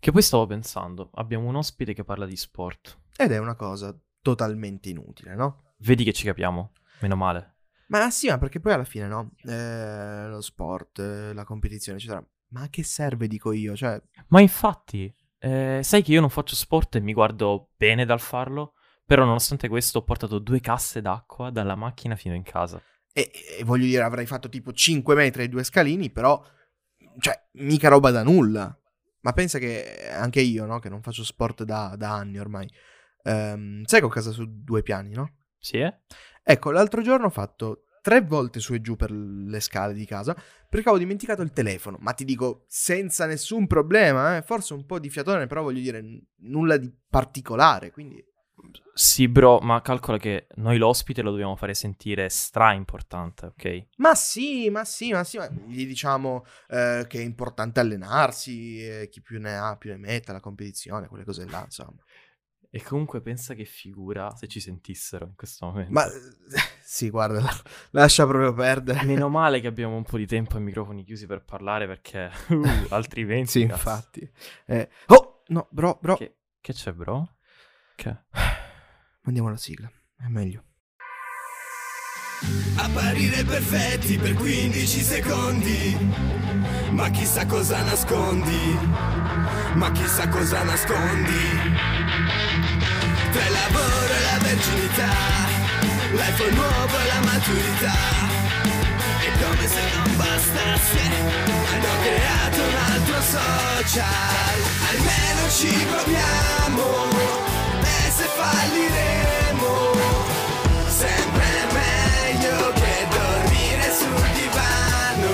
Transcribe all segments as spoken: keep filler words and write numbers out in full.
Che poi stavo pensando, abbiamo un ospite che parla di sport. Ed è una cosa totalmente inutile, no? Vedi che ci capiamo, meno male. Ma sì, ma perché poi alla fine, no? Eh, lo sport, eh, la competizione, eccetera. Ma a che serve, dico io? Cioè, Ma infatti, eh, sai che io non faccio sport e mi guardo bene dal farlo, però nonostante questo ho portato due casse d'acqua dalla macchina fino in casa. e, e voglio dire, avrei fatto tipo cinque metri e due scalini, però, cioè, mica roba da nulla. Ma pensa che anche io, no? Che non faccio sport da, da anni ormai. Ehm, sai che ho casa su due piani, no? Sì, eh? Ecco, l'altro giorno ho fatto tre volte su e giù per le scale di casa perché avevo dimenticato il telefono. Ma ti dico, senza nessun problema, eh? Forse un po' di fiatone, però voglio dire, n- nulla di particolare, quindi... Sì, bro, ma calcola che noi l'ospite lo dobbiamo fare sentire stra importante, ok? Ma sì, ma sì, ma sì, ma gli diciamo eh, che è importante allenarsi, eh, chi più ne ha più ne metta, la competizione, quelle cose là, insomma. E comunque pensa che figura se ci sentissero in questo momento. Ma eh, sì, guarda, la- lascia proprio perdere. Meno male che abbiamo un po' di tempo e microfoni chiusi per parlare perché uh, altrimenti... Sì, cazzo. infatti. Eh, oh, no, bro, bro, Che, che c'è, bro? Che? mandiamo la sigla, è meglio. Apparire perfetti per quindici secondi, ma chissà cosa nascondi, ma chissà cosa nascondi. Tra il lavoro e la verginità, l'iPhone nuovo e la maturità, è come se non bastasse, hanno creato un altro social. Almeno ci proviamo, e se falliremo, sempre meglio che dormire sul divano.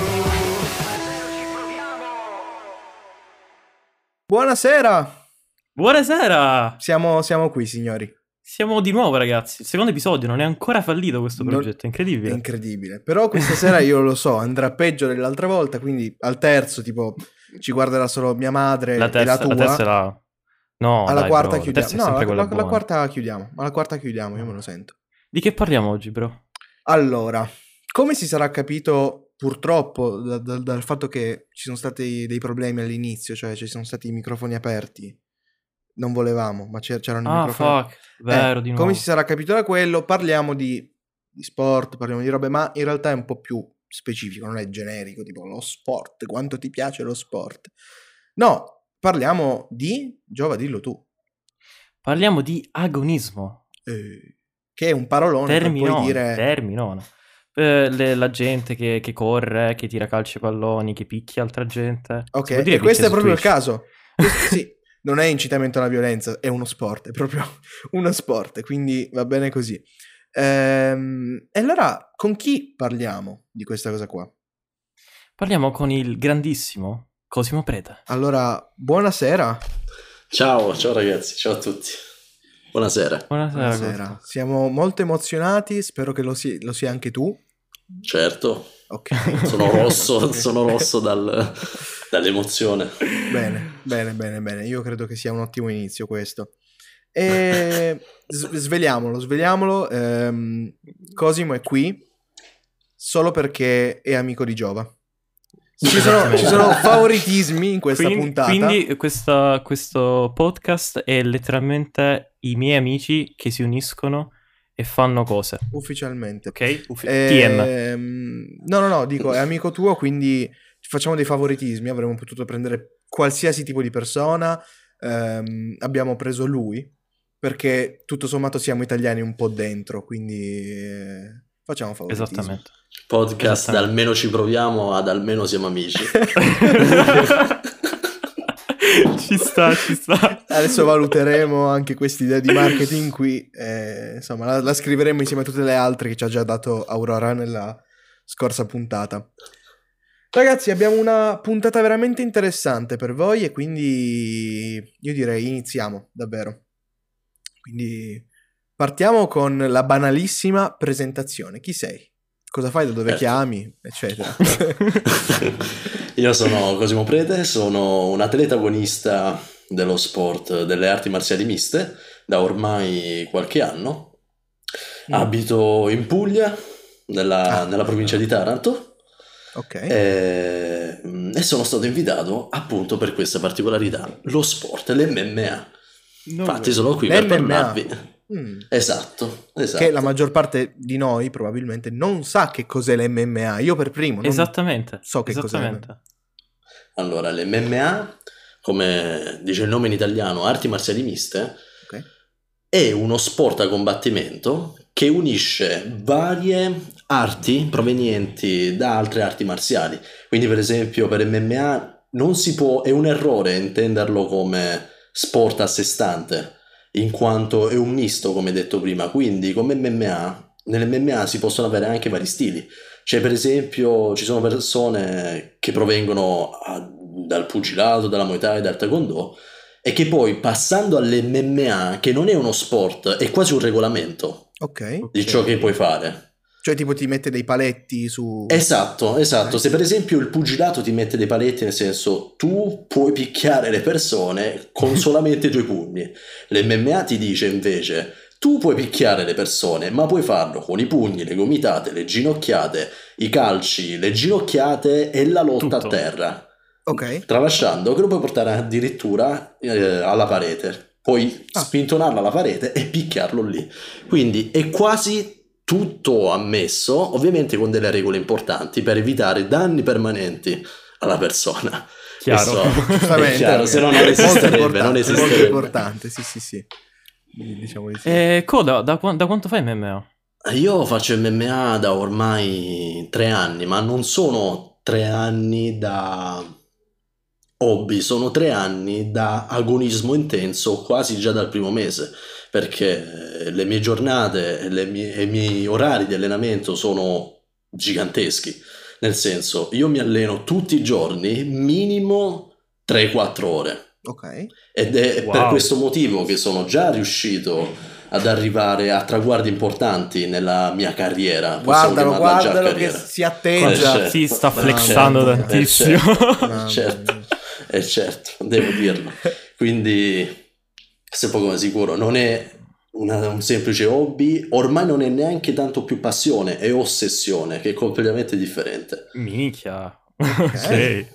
Buonasera! Buonasera! Siamo, siamo qui, signori. Siamo di nuovo, ragazzi. Il secondo episodio, non è ancora fallito questo Non- progetto, è incredibile. È incredibile. Però questa sera io lo so, andrà peggio dell'altra volta, quindi al terzo, tipo, ci guarderà solo mia madre la e terza, la tua. la terza è la... No, Alla dai, quarta bro, la chiudiamo. terza è No, sempre la, quella la- la buona. quarta chiudiamo. Alla quarta chiudiamo, io me lo sento. Di che parliamo oggi, bro? Allora, come si sarà capito purtroppo da- da- dal fatto che ci sono stati dei problemi all'inizio, cioè ci sono stati i microfoni aperti, non volevamo, ma c'er- c'erano i Ah, microfoni. fuck, vero, Eh, di nuovo. come si sarà capito da quello, parliamo di, di sport, parliamo di robe, ma in realtà è un po' più specifico, non è generico, tipo lo sport, quanto ti piace lo sport. No, parliamo di, Giova, dillo tu, Parliamo di agonismo. eh, che è un parolone per poi Terminone, dire... terminone. Eh, le- la gente che, che corre, che tira calci ai palloni, che picchia altra gente. Ok, Si può dire e questo è picchia su proprio il Twitch? caso. Questo- sì, non è incitamento alla violenza, è uno sport, è proprio uno sport, quindi va bene così. Ehm, e allora, con chi parliamo di questa cosa qua? Parliamo con il grandissimo Cosimo Prete. Allora, buonasera. Ciao, ciao ragazzi, ciao a tutti. Buonasera. Buonasera, Buonasera. Cosimo. Siamo molto emozionati, spero che lo, si- lo sia anche tu. Certo, Ok. sono rosso, Ok. sono rosso dal- dall'emozione. Bene, bene, bene, bene. Io credo che sia un ottimo inizio questo. E s- sveliamolo, sveliamolo. ehm, Cosimo è qui solo perché è amico di Giova. Ci sono, ci sono favoritismi in questa quindi, puntata. Quindi questa- questo podcast è letteralmente i miei amici che si uniscono e fanno cose, Ufficialmente. ok? Uffi- T M. Ehm, no, no, no, dico, è amico tuo, quindi facciamo dei favoritismi. Avremmo potuto prendere qualsiasi tipo di persona. ehm, abbiamo preso lui perché tutto sommato siamo italiani un po' dentro, quindi eh, facciamo favoritismi. Esattamente. Podcast da Esattamente. almeno ci proviamo ad almeno siamo amici. Ci sta, ci sta. Adesso valuteremo anche questa idea di marketing qui, eh, insomma la, la scriveremo insieme a tutte le altre che ci ha già dato Aurora nella scorsa puntata. Ragazzi, abbiamo una puntata veramente interessante per voi e quindi io direi iniziamo, davvero. Quindi partiamo con la banalissima presentazione. Chi sei? Cosa fai? Da dove Certo. chiami? Eccetera. Io sono Cosimo Prete, sono un atleta agonista dello sport delle arti marziali miste da ormai qualche anno. Mm. Abito in Puglia, nella, Ah, nella provincia di Taranto. Ok. E, e sono stato invitato appunto per questa particolarità, lo sport, l'M M A. Infatti sono qui per L'M M A. parlarvi. Mm. Esatto, esatto. Che la maggior parte di noi probabilmente non sa che cos'è l'M M A. Io per primo non Esattamente. so che esattamente. cos'è. Allora, l'M M A, come dice il nome in italiano, arti marziali miste, Ok. è uno sport a combattimento che unisce varie arti provenienti da altre arti marziali. Quindi, per esempio, per M M A non si può, è un errore intenderlo come sport a sé stante, in quanto è un misto, come detto prima. Quindi, come M M A, nell'M M A si possono avere anche vari stili. Cioè, per esempio, ci sono persone che provengono a- dal pugilato, dalla Muay Thai, dal Taekwondo, e che poi, passando all'M M A, che non è uno sport, è quasi un regolamento Ok. di ciò che puoi fare. Cioè tipo ti mette dei paletti su... Esatto, esatto. Ok. Se per esempio il pugilato ti mette dei paletti, nel senso tu puoi picchiare le persone con solamente i tuoi pugni, l'M M A ti dice invece tu puoi picchiare le persone, ma puoi farlo con i pugni, le gomitate, le ginocchiate, i calci, le ginocchiate e la lotta Tutto. a terra. Ok. Tralasciando che lo puoi portare addirittura eh, alla parete, puoi Ah. spintonarlo alla parete e picchiarlo lì. Quindi è quasi tutto ammesso, ovviamente con delle regole importanti per evitare danni permanenti alla persona. Chiaro. Questo Giustamente. è chiaro, se no non Molto esisterebbe, importante, non molto esisterebbe. importante, sì sì sì. Diciamo di sì. E Coda, da, qua- da quanto fai M M A? Io faccio M M A da ormai tre anni, ma non sono tre anni da hobby, sono tre anni da agonismo intenso quasi già dal primo mese, perché le mie giornate e le mie- e i miei orari di allenamento sono giganteschi. Nel senso, io mi alleno tutti i giorni minimo tre quattro ore. Ok. Ed è Wow. per questo motivo che sono già riuscito ad arrivare a traguardi importanti nella mia carriera. Possiamo Guardalo, chiamarla già guardalo che carriera. si atteggia. certo. Si sta Mamma flexando mia. tantissimo. Mamma certo, mia. è certo, devo dirlo. Quindi, sei poco ma sicuro, non è una- un semplice hobby, ormai non è neanche tanto più passione, è ossessione, che è completamente differente. Minchia. Ok.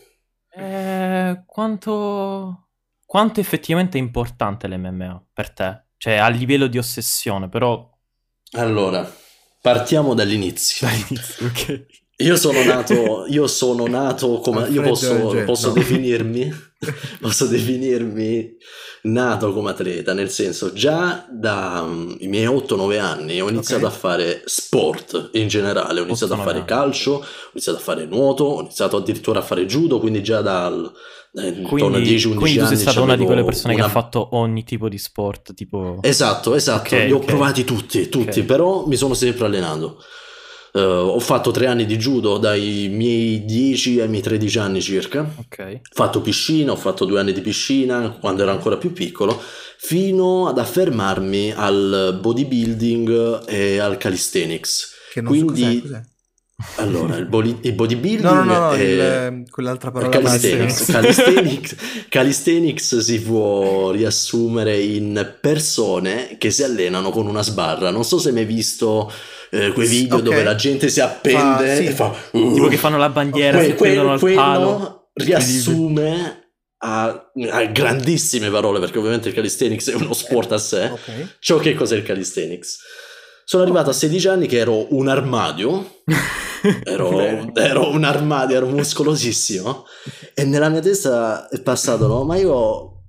Eh, quanto... quanto effettivamente è importante l'M M A per te? Cioè, a livello di ossessione, però... Allora, partiamo dall'inizio. Dall'inizio, ok. Io sono nato, io sono nato come, io Alfredo posso, Angel, posso no. definirmi, posso definirmi nato come atleta, nel senso già dai miei otto nove anni ho iniziato Ok. a fare sport in generale, ho iniziato a otto nove fare anni. calcio, ho iniziato a fare nuoto, ho iniziato addirittura a fare judo, quindi già dal eh, intorno a Quindi, dieci undici quindi tu sei anni stata una di c'avevo quelle persone che una- ha fatto ogni tipo di sport, tipo... Esatto, esatto, Ok, li ho ok. provati tutti, tutti, Ok. però mi sono sempre allenato. Eh, ho fatto tre anni di judo dai miei dieci ai miei tredici anni circa. Ok. Ho fatto piscina, ho fatto due anni di piscina quando ero ancora più piccolo, fino ad affermarmi al bodybuilding e al calisthenics. Che non so Quindi, cos'è, cos'è? allora, il, body- il bodybuilding No, no, no, no, è... il- quell'altra è parola calisthenics. magica. Calisthenics, calisthenics si può riassumere in persone che si allenano con una sbarra. Non so se hai mai visto eh, quei video Ok. dove la gente si appende Fa- sì. e fa Tipo che fanno la bandiera, Que- si appendono al quello palo. riassume a, a grandissime parole, perché ovviamente il calisthenics è uno sport a sé, Ok. ciò che cos'è il calisthenics. Sono arrivato a sedici anni che ero un armadio, ero, Bene. ero un armadio, ero muscolosissimo, e nella mia testa è passato, no? Ma io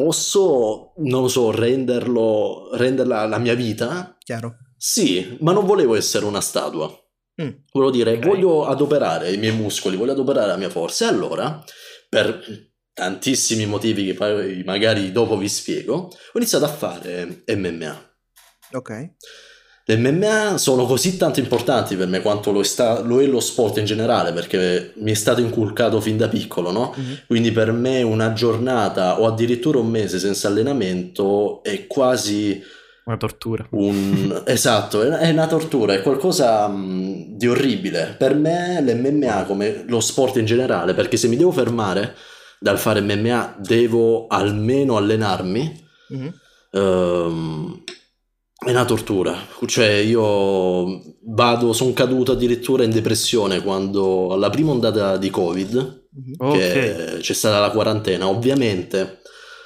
posso, non lo so, renderlo, renderla la mia vita? Chiaro. Sì, ma non volevo essere una statua. Mm. Volevo dire, Ok. voglio adoperare i miei muscoli, voglio adoperare la mia forza. E allora, per tantissimi motivi che poi magari dopo vi spiego, ho iniziato a fare M M A. Ok. Le M M A sono così tanto importanti per me quanto lo è, sta- lo è lo sport in generale, perché mi è stato inculcato fin da piccolo, no? Mhm. Quindi per me una giornata o addirittura un mese senza allenamento è quasi Una tortura. un... esatto, è è una tortura, è qualcosa mh, di orribile. Per me l'M M A, come lo sport in generale, perché se mi devo fermare dal fare M M A devo almeno allenarmi, Mhm. ehm, È una tortura, cioè io vado, sono caduto addirittura in depressione quando alla prima ondata di Covid, Mhm. che Ok. c'è stata la quarantena, ovviamente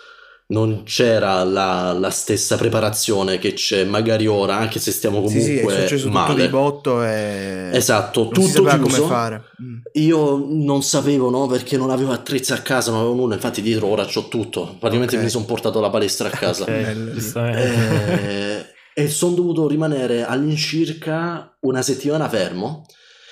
non c'era la, la stessa preparazione che c'è magari ora, anche se stiamo Sì, sì, è comunque successo tutto di male. botto e Esatto, non si tutto sapeva come chiuso. fare. Mm. Io non sapevo, no, perché non avevo attrezzi a casa, non avevo nulla, infatti dietro ora c'ho tutto. Praticamente Ok. mi sono portato la palestra a casa. Ok, Bello, sì. giustamente. Eh, e sono dovuto rimanere all'incirca una settimana fermo.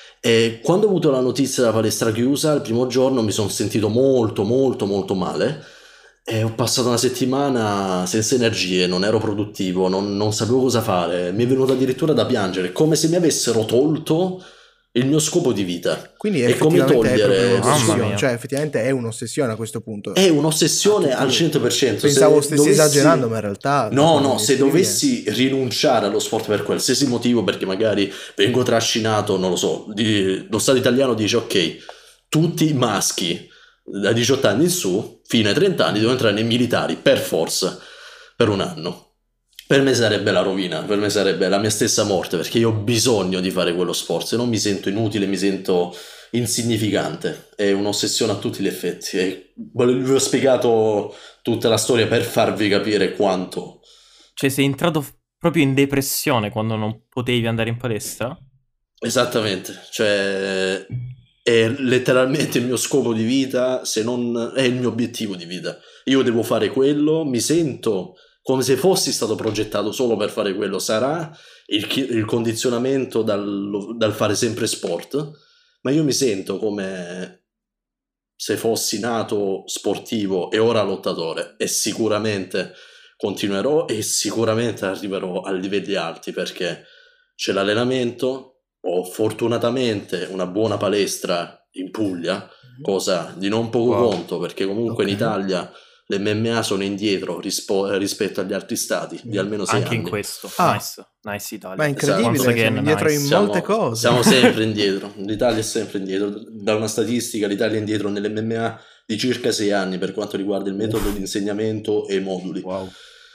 E quando ho avuto la notizia della palestra chiusa, il primo giorno mi sono sentito molto, molto, molto male. E ho passato una settimana senza energie, non ero produttivo, non, non sapevo cosa fare. Mi è venuto addirittura da piangere, come se mi avessero tolto il mio scopo di vita. Quindi È come effettivamente è proprio togliere lo Mamma un'ossessione, mia. cioè effettivamente è un'ossessione a questo punto. È A un'ossessione al tutti- cento per cento. Pensavo Se stessi esagerando, dovessi... ma in realtà da No, quello che no, mi se descrivi è... dovessi rinunciare allo sport per qualsiasi motivo, perché magari vengo trascinato, non lo so, di- lo Stato italiano dice ok, tutti i maschi da diciotto anni in su, fino ai trenta anni, devono entrare nei militari per forza, per un anno. Per me sarebbe la rovina, per me sarebbe la mia stessa morte, perché io ho bisogno di fare quello sport, se no mi sento inutile, mi sento insignificante, è un'ossessione a tutti gli effetti. E vi ho spiegato tutta la storia per farvi capire quanto. Cioè, sei entrato f- proprio in depressione quando non potevi andare in palestra? Esattamente, cioè è letteralmente il mio scopo di vita, se non è il mio obiettivo di vita. Io devo fare quello, mi sento come se fossi stato progettato solo per fare quello. Sarà il, chi- il condizionamento dal, dal fare sempre sport, ma io mi sento come se fossi nato sportivo e ora lottatore, e sicuramente continuerò e sicuramente arriverò a livelli alti perché c'è l'allenamento, ho fortunatamente una buona palestra in Puglia, cosa di non poco Wow. conto perché comunque Ok. in Italia le M M A sono indietro rispo- rispetto agli altri stati di Mm. almeno sei Anche in anni. questo. Ah. Nice. Nice Ma è Italia. incredibile, Once again, siamo indietro nice. in molte Siamo, cose. siamo sempre indietro, l'Italia è sempre indietro. Da una statistica l'Italia è indietro nell'M M A di circa sei anni per quanto riguarda il metodo Uff. di insegnamento e i moduli. Wow.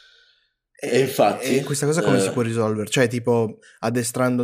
E infatti, E questa cosa come si eh, può risolvere? Cioè, tipo, addestrando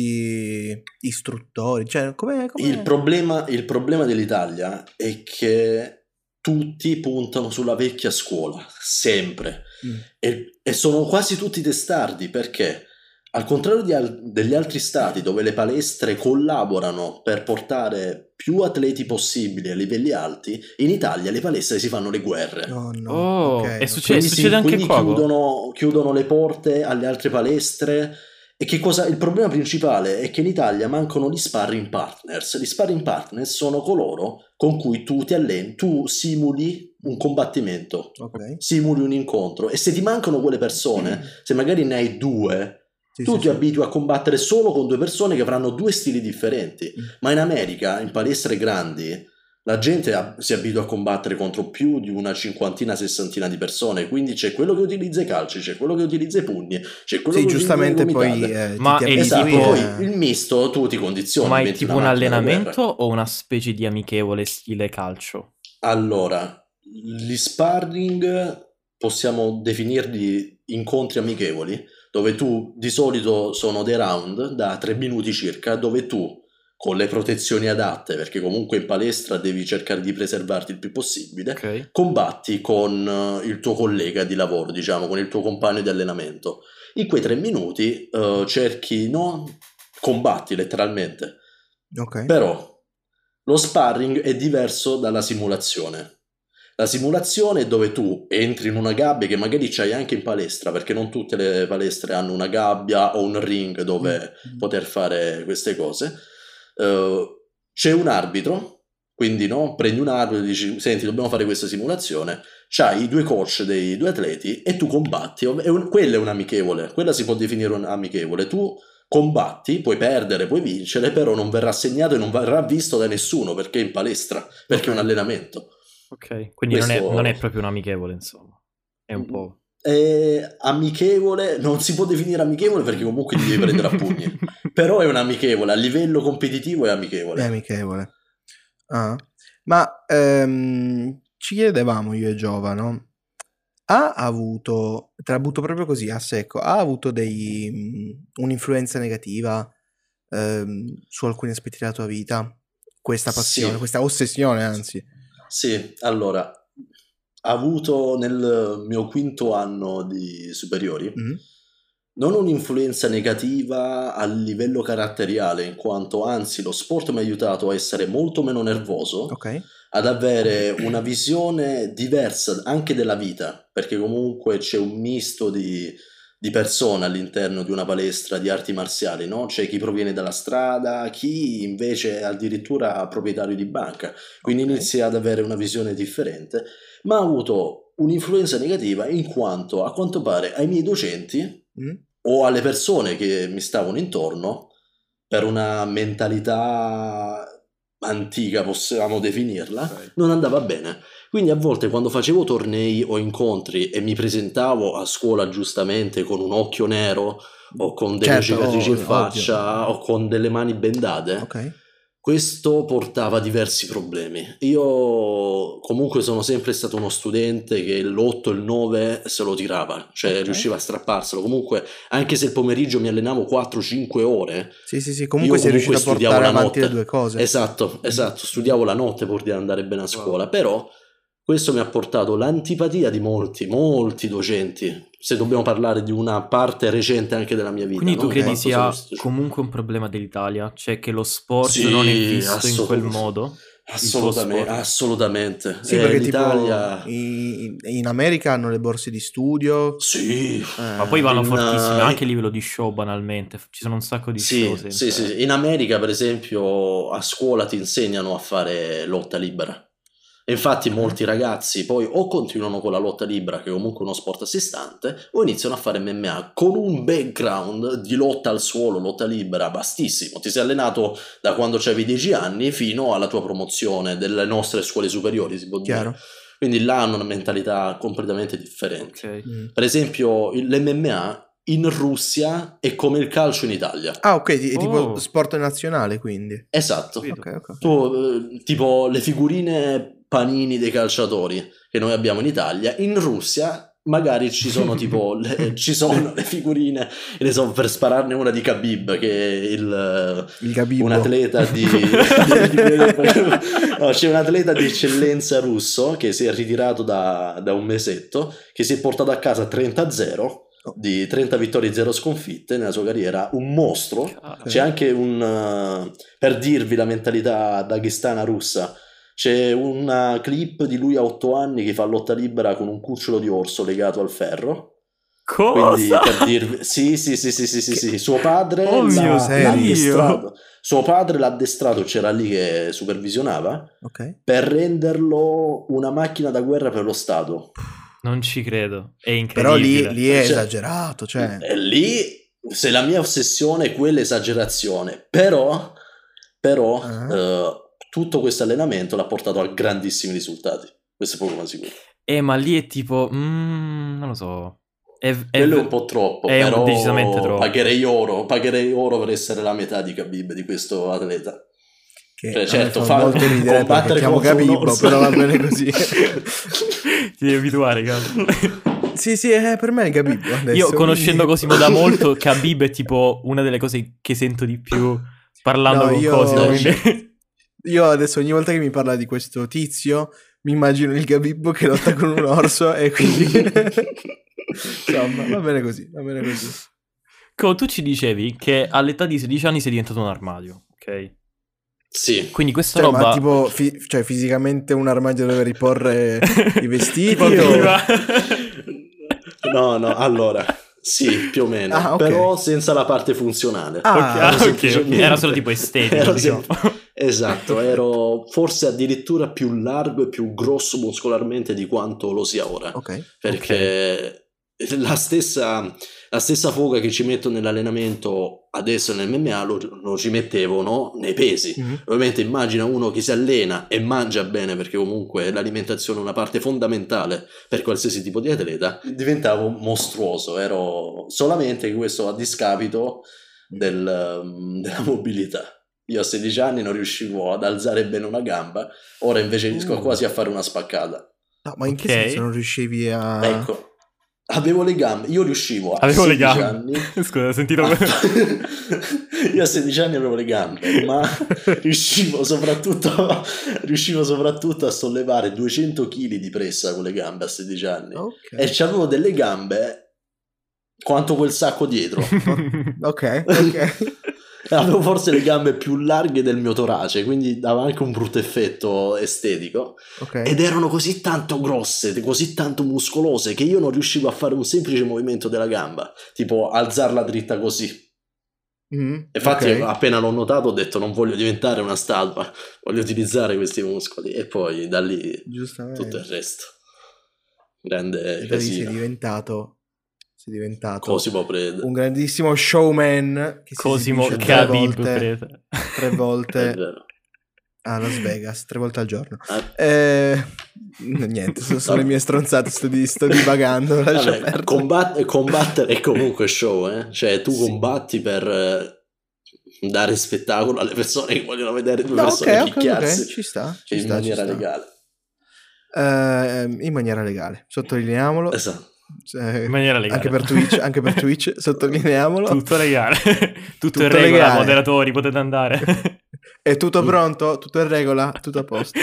nuovi istruttori? Cioè, come... il problema, il problema dell'Italia è che tutti puntano sulla vecchia scuola, sempre. Mm. E, e sono quasi tutti testardi perché, al contrario di al- degli altri stati dove le palestre collaborano per portare più atleti possibili a livelli alti, in Italia le palestre si fanno le guerre. No, no. Oh, ok, e ok. succede, Quindi, succede sì, anche quindi qua. Go? chiudono, chiudono le porte alle altre palestre. E che cosa? Il problema principale è che in Italia mancano gli sparring partners. Gli sparring partners sono coloro con cui tu ti alleni, tu simuli un combattimento, Ok. simuli un incontro. E se ti mancano quelle persone, se magari ne hai due, Sì, tu sì, ti sì. abitui a combattere solo con due persone che avranno due stili differenti. Mm. Ma in America, in palestre grandi, la gente ab- si abitua a combattere contro più di una cinquantina, sessantina di persone, quindi c'è quello che utilizza i calci, c'è quello che utilizza i pugni, c'è quello Sì, che utilizza le giustamente poi gomitate. eh, ti, Ma ti è abitui Esatto, tipo- poi e- il misto tu ti condizioni, Ma è diventi tipo una un macchina da allenamento guerra. o una specie di amichevole stile calcio? Allora, gli sparring possiamo definirli incontri amichevoli, dove tu di solito sono dei round da tre minuti circa, dove tu con le protezioni adatte, perché comunque in palestra devi cercare di preservarti il più possibile, Ok. combatti con eh, il tuo collega di lavoro, diciamo, con il tuo compagno di allenamento. In quei tre minuti eh, cerchi, no, combatti letteralmente, Ok. però lo sparring è diverso dalla simulazione. La simulazione è dove tu entri in una gabbia che magari c'hai anche in palestra, perché non tutte le palestre hanno una gabbia o un ring dove Mm. poter fare queste cose. Eh, c'è un arbitro, quindi no, prendi un arbitro e dici senti dobbiamo fare questa simulazione, c'hai i due coach dei due atleti e tu combatti. È un- quella è un'amichevole, quella si può definire un'amichevole. Tu combatti, puoi perdere, puoi vincere, però non verrà segnato e non verrà visto da nessuno perché è in palestra, perché è un Ok. allenamento. Ok. Quindi non è, Questo- non è proprio un amichevole, insomma. È un po'. È amichevole, non si può definire amichevole perché comunque ti devi prendere a pugni, però è un amichevole, a livello competitivo è amichevole. È amichevole. Ah. Ma ehm, ci chiedevamo io e Giova, no? Ha avuto te la butto proprio così a secco, ha avuto dei, mh, un'influenza negativa ehm, su alcuni aspetti della tua vita? Questa passione, Sì. questa ossessione, anzi. Sì, allora, ha avuto nel mio quinto anno di superiori Mm. non un'influenza negativa a livello caratteriale, in quanto anzi lo sport mi ha aiutato a essere molto meno nervoso, Ok. ad avere una visione diversa anche della vita, perché comunque c'è un misto di, di persone all'interno di una palestra di arti marziali, no? C'è chi proviene dalla strada, chi invece è addirittura proprietario di banca, quindi Ok. inizia ad avere una visione differente, ma ha avuto un'influenza negativa in quanto a quanto pare ai miei docenti Mm. o alle persone che mi stavano intorno, per una mentalità antica possiamo definirla, Ok. non andava bene. Quindi a volte quando facevo tornei o incontri e mi presentavo a scuola giustamente con un occhio nero o con delle Certo, cicatrici in ovvio. faccia o con delle mani bendate, Ok. questo portava a diversi problemi. Io comunque sono sempre stato uno studente che l'otto e il nove se lo tirava, cioè Ok. riusciva a strapparselo. Comunque, anche se il pomeriggio mi allenavo quattro cinque ore, Sì, sì, sì, comunque io sei comunque riuscito a studiavo portare la avanti le notte. due cose. Esatto, Mm. esatto, studiavo la notte pur di andare bene a scuola, però questo mi ha portato l'antipatia di molti, molti docenti, se dobbiamo parlare di una parte recente anche della mia vita. Quindi tu no? In credi quanto sia sono stato- comunque un problema dell'Italia? Cioè che lo sport Sì, non è visto in assolut- quel modo? Il tuo Assolutamente, sport? assolutamente. Sì, Eh, perché l'Italia... tipo in, in America hanno le borse di studio. Sì, Ma poi Eh, vanno in, fortissimi eh, anche a livello di show, banalmente. Ci sono un sacco di show sì, sì, sempre. sì, sì. In America, per esempio, a scuola ti insegnano a fare lotta libera. E infatti Ok. molti ragazzi poi o continuano con la lotta libera, che è comunque uno sport a sé stante, o iniziano a fare M M A con un background di lotta al suolo, lotta libera, vastissimo. Ti sei allenato da quando avevi dieci anni fino alla tua promozione delle nostre scuole superiori, si può dire. Chiaro. Quindi là hanno una mentalità completamente differente. Ok. Mm. Per esempio, il- l'M M A in Russia è come il calcio in Italia. Ah, ok, ti- è tipo Oh. sport nazionale, quindi. Esatto. Capito. Ok, ok. ok. Tu, eh, tipo le figurine panini dei calciatori che noi abbiamo in Italia, in Russia magari ci sono tipo le, ci sono le figurine, ne so, per spararne una di Khabib, che è il, Il Gabibbo. un atleta di, no, c'è un atleta di eccellenza russo che si è ritirato da, da un mesetto, che si è portato a casa trenta a zero di trenta vittorie e zero sconfitte nella sua carriera, un mostro. Cazzo. C'è anche un, uh, per dirvi la mentalità daghestana russa, c'è una clip di lui a otto anni che fa lotta libera con un cucciolo di orso legato al ferro. Quindi Cosa? per dirvi, sì, sì, sì, sì, sì, sì, sì. Suo padre Oh l'ha, mio l'ha serio? addestrato. Suo padre l'ha addestrato, c'era lì che supervisionava, Ok. per renderlo una macchina da guerra per lo Stato. Non ci credo. È Però lì, incredibile. lì è Cioè, esagerato, cioè. E lì, se la mia ossessione è quell'esagerazione, però, però Ah. eh, tutto questo allenamento l'ha portato a grandissimi risultati. Questo è poco ma sicuro. Eh, ma lì è tipo... mm, non lo so. È, è, Quello è un po' troppo, è un- però decisamente troppo. pagherei oro, pagherei oro per essere la metà di Khabib, di questo atleta. Che Cioè, a me certo, fa fa- molto ridere perché combattere chiamo contro un Gabibbo, orso. però va bene così. Ti devi abituare, cazzo. Sì, sì, è per me è Gabibbo adesso. Io, conoscendo quindi- Cosimo da molto, Khabib è tipo una delle cose che sento di più parlando No, con io- Cosimo. quindi- Io adesso ogni volta che mi parla di questo tizio mi immagino il Gabibbo che lotta con un orso e quindi... Insomma, va bene così, va bene così. Co, tu ci dicevi che all'età di sedici anni sei diventato un armadio, ok? Sì. Quindi questa Cioè, roba... ma tipo, fi- cioè, fisicamente un armadio dove riporre i vestiti Tipo o... prima. No, no, allora, sì, più o meno, Ah, ok. però senza la parte funzionale. Ah, Ok, ah, Ero ok, ok. semplicemente- Era solo tipo estetico, Ero diciamo. sem- Esatto, ero forse addirittura più largo e più grosso muscolarmente di quanto lo sia ora. Ok. Perché la stessa, la stessa foga che ci metto nell'allenamento adesso nel M M A lo, lo ci mettevo, no? Nei pesi. Mhm. Ovviamente immagina uno che si allena e mangia bene, perché comunque l'alimentazione è una parte fondamentale per qualsiasi tipo di atleta, diventavo mostruoso, ero solamente che questo a discapito del, um, della mobilità. Io a sedici anni non riuscivo ad alzare bene una gamba, ora invece riesco Uh. quasi a fare una spaccata. No, ma in che Ok. senso non riuscivi a... Ecco, avevo le gambe, io riuscivo a Avevo le sedici gambe. anni. Scusa, ho sentito... a- io a sedici anni avevo le gambe, ma riuscivo soprattutto, riuscivo soprattutto a sollevare duecento chili di pressa con le gambe a sedici anni. Ok. E c'avevo delle gambe quanto quel sacco dietro. Ok, ok. Avevo forse le gambe più larghe del mio torace, quindi dava anche un brutto effetto estetico. Ok. Ed erano così tanto grosse, così tanto muscolose, che io non riuscivo a fare un semplice movimento della gamba, tipo alzarla dritta così. Mm, Infatti ok. appena l'ho notato ho detto non voglio diventare una statua, voglio utilizzare questi muscoli. E poi da lì Giustamente. tutto il resto. Grande E da lì sei casino. diventato sei diventato Cosimo Preda. un grandissimo showman che si Cosimo esibisce tre Khabib volte, Preda. tre È volte vero. a Las Vegas, tre volte al giorno. Ah, Eh, niente, sono, sono le mie stronzate, sto, di, sto divagando, lascia vabbè, perdere. combat- combattere è comunque show, eh? Cioè tu Sì. combatti per eh, dare spettacolo alle persone che vogliono vedere due No, persone ok, ok, picchiarsi ok, ci sta, ci in sta, ci maniera sta. legale. Eh, in maniera legale, sottolineiamolo. Esatto. Eh, In maniera legale. Anche per Twitch, anche per Twitch, sottolineiamolo. Tutto legale. Tutto, Tutto in regola, legale. moderatori, potete andare. È tutto pronto? Tutto in regola? Tutto a posto?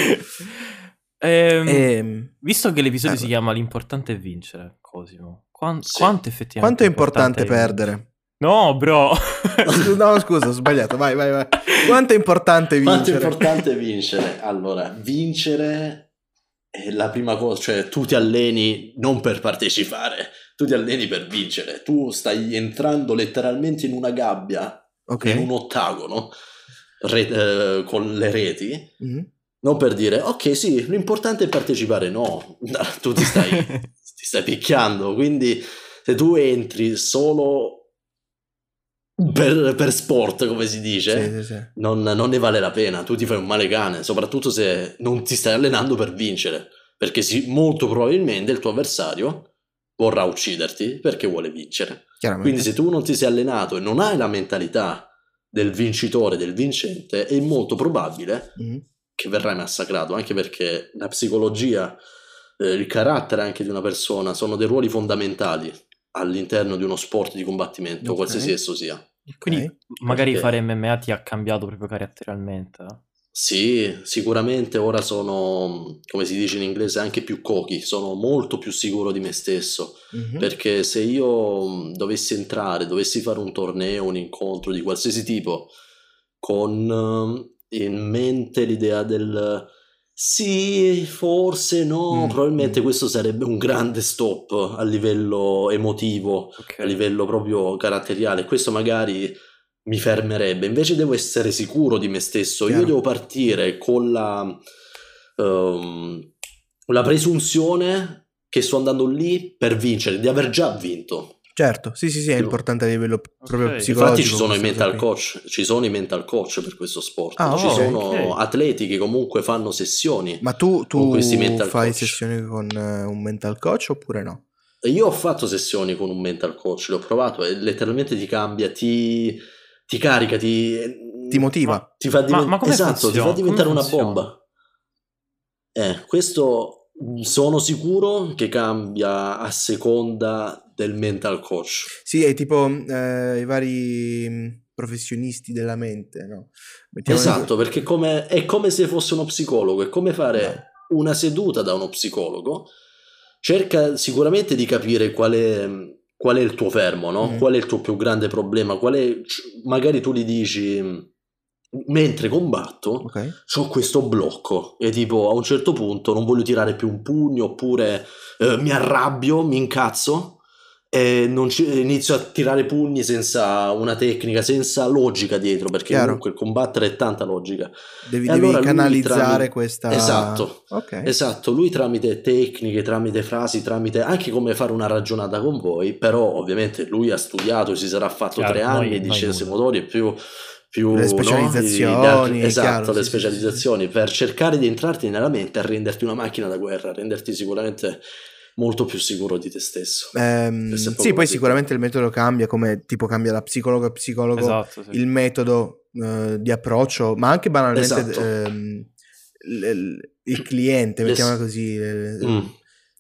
Ehm, Ehm, Visto che l'episodio eh, si chiama L'importante è vincere, Cosimo, quan- Sì. quanto effettivamente quanto è importante vincere? perdere? No, bro. No, scusa, ho sbagliato. Vai, vai, vai. Quanto è importante Quanto è vincere? importante vincere? Allora, vincere è la prima cosa, cioè tu ti alleni non per partecipare, tu ti alleni per vincere. Tu stai entrando letteralmente in una gabbia, Ok. in un ottagono, re- eh, con le reti, Mhm. non per dire, ok, sì, l'importante è partecipare. No, tu ti stai, ti stai picchiando, quindi se tu entri solo per, per sport, come si dice, Sì, sì, sì. non, non ne vale la pena. Tu ti fai un male cane, soprattutto se non ti stai allenando per vincere, perché sì, molto probabilmente il tuo avversario vorrà ucciderti perché vuole vincere. Chiaramente. Quindi se tu non ti sei allenato e non hai la mentalità del vincitore, del vincente, è molto probabile Mhm. che verrai massacrato, anche perché la psicologia, eh, il carattere anche di una persona sono dei ruoli fondamentali all'interno di uno sport di combattimento, Ok. qualsiasi esso sia. Quindi Ok. magari Perché- fare M M A ti ha cambiato proprio caratterialmente. eh? Sì, sicuramente ora sono, come si dice in inglese, anche più cocky, sono molto più sicuro di me stesso, Mhm. perché se io mh, dovessi entrare, dovessi fare un torneo, un incontro di qualsiasi tipo, con eh, in mente l'idea del sì, forse no, Mm, probabilmente mm. questo sarebbe un grande stop a livello emotivo, Ok. a livello proprio caratteriale. Questo magari mi fermerebbe. Invece devo essere sicuro di me stesso. Chiaro. Io devo partire con la, ehm, la presunzione che sto andando lì per vincere, di aver già vinto. Certo, sì, sì, sì, è Tipo- importante a livello proprio Ok. psicologico. Infatti ci sono i questa cosa mental qui. coach, ci sono i mental coach per questo sport. Ah, ci ok, sono ok. atleti che comunque fanno sessioni Ma tu, con tu questi mental fai coach. sessioni con eh, un mental coach oppure no? Io ho fatto sessioni con un mental coach, l'ho provato e letteralmente ti cambia, ti, ti carica, ti, Ti motiva? Ma- ti fa Ma- diven- ma come esatto, ti funziona? fa diventare Come una funziona? bomba. Eh, questo mh, sono sicuro che cambia a seconda del mental coach. Sì, è tipo eh, i vari mh, professionisti della mente, no? Mettiamola Esatto, perché come- è come se fosse uno psicologo, è come fare Bravo. una seduta da uno psicologo. Cerca sicuramente di capire qual è, qual è il tuo fermo, no? Mhm. Qual è il tuo più grande problema, qual è, magari tu gli dici, mentre combatto, Ok. c'ho questo blocco e tipo a un certo punto non voglio tirare più un pugno oppure eh, mi arrabbio, mi incazzo e non ci- inizio a tirare pugni senza una tecnica, senza logica dietro, perché Chiaro. comunque il combattere è tanta logica. Devi, E devi allora lui canalizzare tramite- questa... Esatto. Ok. Esatto, lui tramite tecniche, tramite frasi, tramite anche come fare una ragionata con voi, però ovviamente lui ha studiato, si sarà fatto Chiaro, tre noi- anni di noi scienze nulla. motorie più, più Le no? specializzazioni, Di altri- esatto, chiaro, le sì, sì, sì, sì, specializzazioni per cercare di entrarti nella mente e renderti una macchina da guerra, renderti sicuramente molto più sicuro di te stesso. Ehm, Questa è proprio sì, la poi verità. sicuramente il metodo cambia, come tipo cambia da psicologo a psicologo, Esatto, sì. il metodo eh, di approccio, ma anche banalmente Esatto. ehm, l- l- il cliente, mettiamola Les- così. eh, Mm.